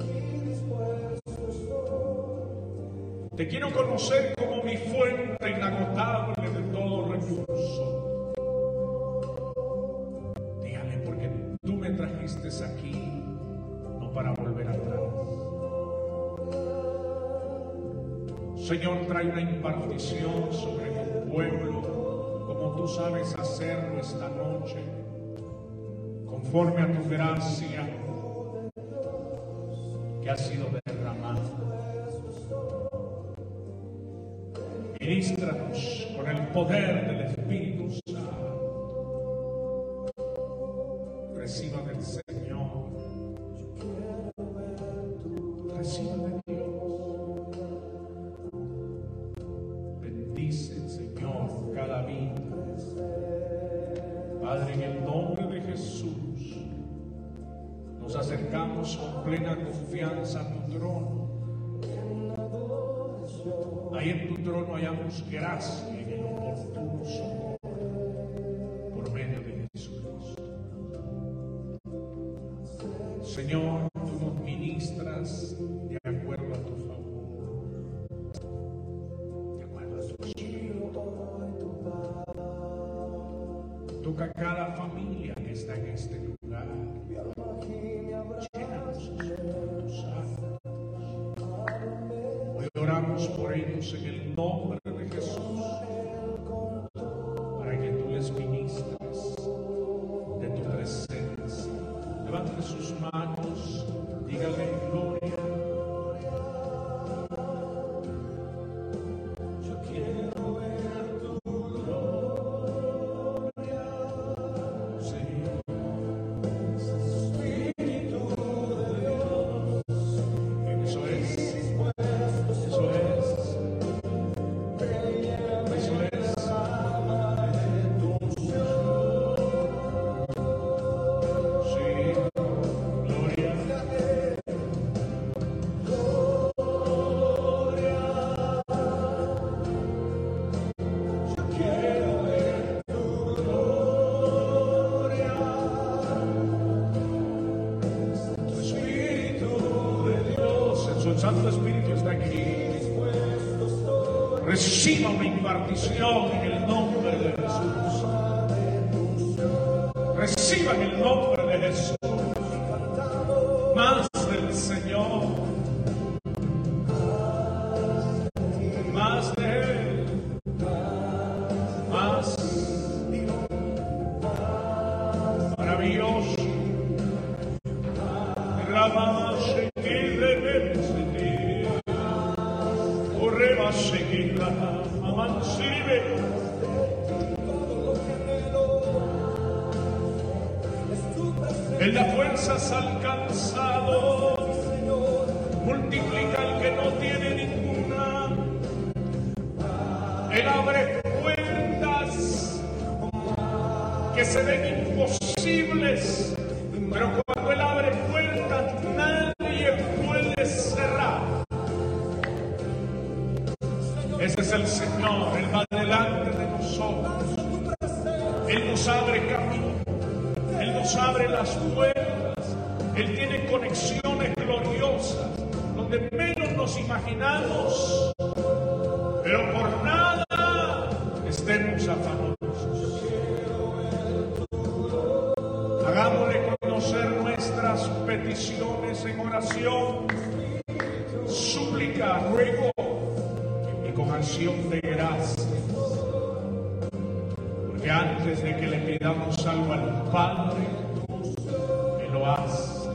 Te quiero conocer como mi fuente inagotable de todo recurso. Dígale, porque tú me trajiste aquí, no para volver atrás. Señor, trae una impartición sobre tu pueblo, como tú sabes hacerlo esta noche, conforme a tu gracia que ha sido derramada. Ministranos con el poder del Espíritu Santo. Reciba del Señor. Reciba de Dios. Bendice, Señor, cada vida. Padre, en el nombre de Jesús, nos acercamos con plena confianza a tu trono. Ahí en tu trono hallamos gracia en el oportuno socorro por medio de Jesucristo. Señor, tú nos ministras de acuerdo a tu favor, de acuerdo a tu espíritu. Toca cada familia que está en este lugar. Llénanos, Espíritu Santo. Oramos por ellos en el nombre de Jesús, para que tú les ministres de tu presencia. Levante sus manos, dígale gloria. Yo quiero ver tu gloria, Señor. Espíritu de Dios, eso es. Santo Espíritu está aquí. Reciba una impartición en el nombre de Jesús. Reciba en el nombre de Jesús más del Señor, más de Él, más maravilloso. Ramache que correva seguirla, amancibe. En las fuerzas alcanzado, multiplica el que no tiene ninguna. Él abre puertas que se ven imposibles, pero cuando Él abre puertas, nadie puede cerrar. Ese es el Señor. Él va delante de nosotros. Él nos abre camino. Él nos abre las puertas. Él tiene conexiones gloriosas donde menos nos imaginamos, pero por nada estemos afanosos. Hagámosle conocer nuestras peticiones en oración, súplica, ruego y con acción de gracias. Porque antes de que le pidamos algo al Padre, Él lo hace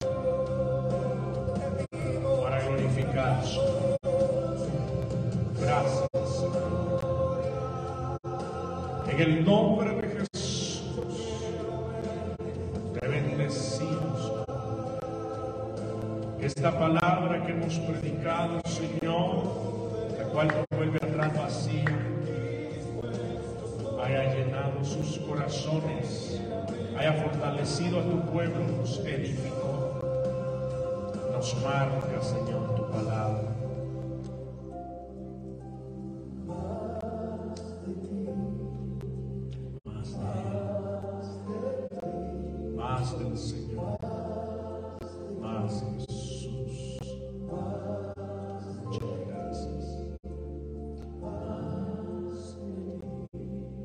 para glorificar su nombre. Gracias, Señor. En el nombre de Jesús, te bendecimos. Esta palabra que hemos predicado, Señor, la cual no vuelve atrás vacía, haya llenado sus corazones, haya fortalecido a tu pueblo, nos edificó, nos marca, Señor, tu palabra. Señor. Más Jesús. Muchas gracias. Más de ti.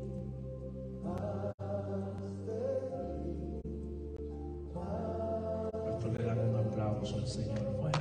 Esto le dan un aplauso al Señor fuerte.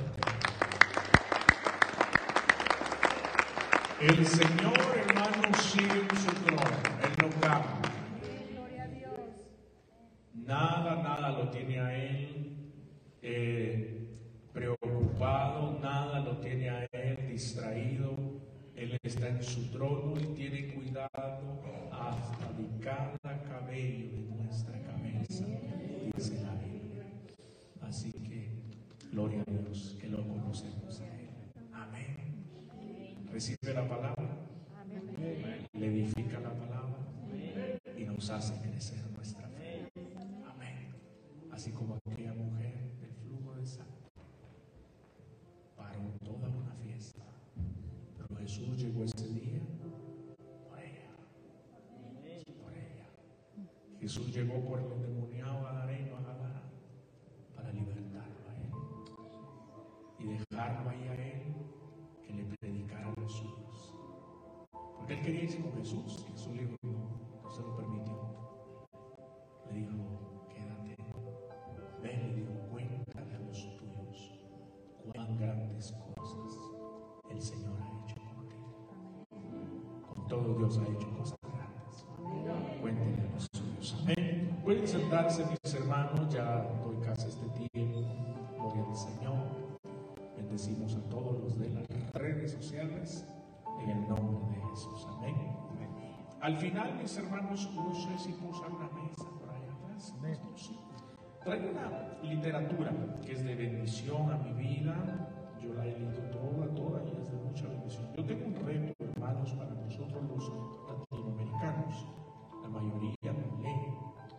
El Señor, hermano, sigue en su trono. Él no cambia. Gloria a Dios. Nada, nada lo tiene a Él eh, preocupado, nada lo tiene a Él distraído. Él está en su trono y tiene cuidado hasta de cada cabello de nuestra cabeza, dice la Biblia. Así que, gloria a Dios, que lo conocemos a Él. Amén. Recibe la palabra, le edifica la palabra y nos hace crecer nuestra fe. Amén. Así como aquella mujer del flujo de sangre paró toda una fiesta, pero Jesús llegó ese día por ella, por ella. Jesús llegó por el endemoniado Gadareno a Gadara para libertarlo a él y dejarlo ahí a él que le predicara a los suyos, porque él quería irse con Jesús. Jesús le dijo no, no se lo permitió. Le dijo, quédate, ven, y dijo, cuéntale a los tuyos cuán grandes cosas el Señor ha hecho contigo. Con todo Dios ha hecho cosas grandes. Cuéntale a los suyos. Amén. Pueden sentarse, mis hermanos, ya doy casi este tiempo. Gloria al Señor. Bendecimos a todos los de las redes sociales en el nombre de Jesús. Amén. Al final, mis hermanos, no sé si puso una mesa por allá atrás. No sé. Traigo una literatura que es de bendición a mi vida. Yo la he leído toda, toda y es de mucha bendición. Yo tengo un reto, hermanos, para nosotros los latinoamericanos. La mayoría no lee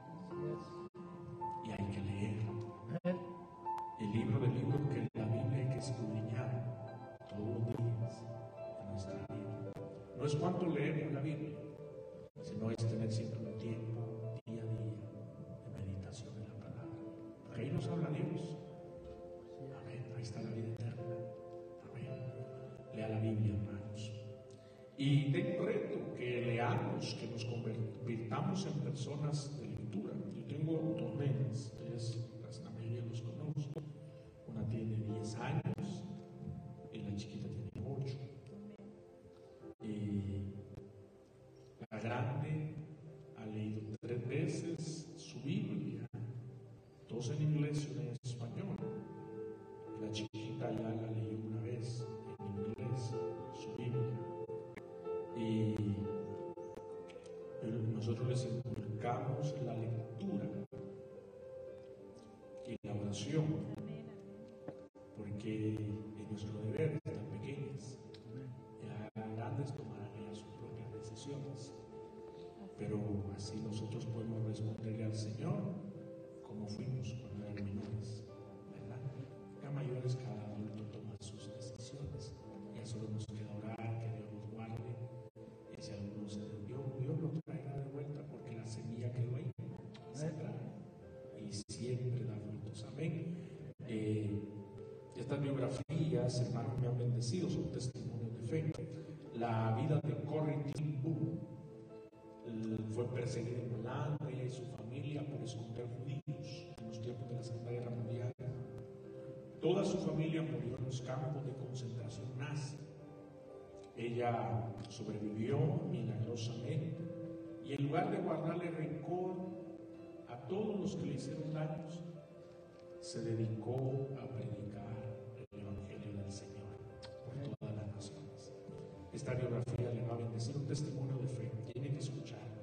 y hay que leer. El libro de libros que la Biblia hay que escudriñar todos los días de nuestra vida. No es cuánto leemos la Biblia, sino es tener siempre un tiempo, día a día, de meditación en la palabra. Porque ahí nos habla Dios. Amén. Ahí está la vida eterna. Amén. Lea la Biblia, hermanos. Y tengo un reto que leamos, que nos convirtamos en personas de lectura. Yo tengo dos nenas, ustedes, la mayoría los conozco. Una tiene diez años y la chiquita tiene ocho. Y la grande ha leído tres veces su Biblia, dos en inglés y una en español. La chiquita ya la leyó una vez en inglés, su Biblia. Y nosotros les inculcamos la lectura y la oración, porque es nuestro deber, están pequeñas. Ya grandes tomarán ellas sus propias decisiones, pero así nosotros podemos responderle al Señor como fuimos cuando eran menores, ¿verdad? Ya mayores, cada adulto toma sus decisiones, ya solo nos queda orar, que Dios nos guarde, y si alguno se desvió, Dios lo traerá de vuelta, porque la semilla quedó ahí, se trae y siempre da frutos. Amén. Eh, estas biografías, hermanos, me han bendecido, son testimonios de fe. La vida de Corrie ten Boom, fue perseguida en Holanda, ella y su familia, por esconder judíos en los tiempos de la Segunda Guerra Mundial. Toda su familia murió en los campos de concentración nazi. Ella sobrevivió milagrosamente y en lugar de guardarle rencor a todos los que le hicieron daños, se dedicó a predicar el Evangelio del Señor por todas las naciones. Esta biografía le va a bendecir, un testimonio de fe. Tiene que escuchar.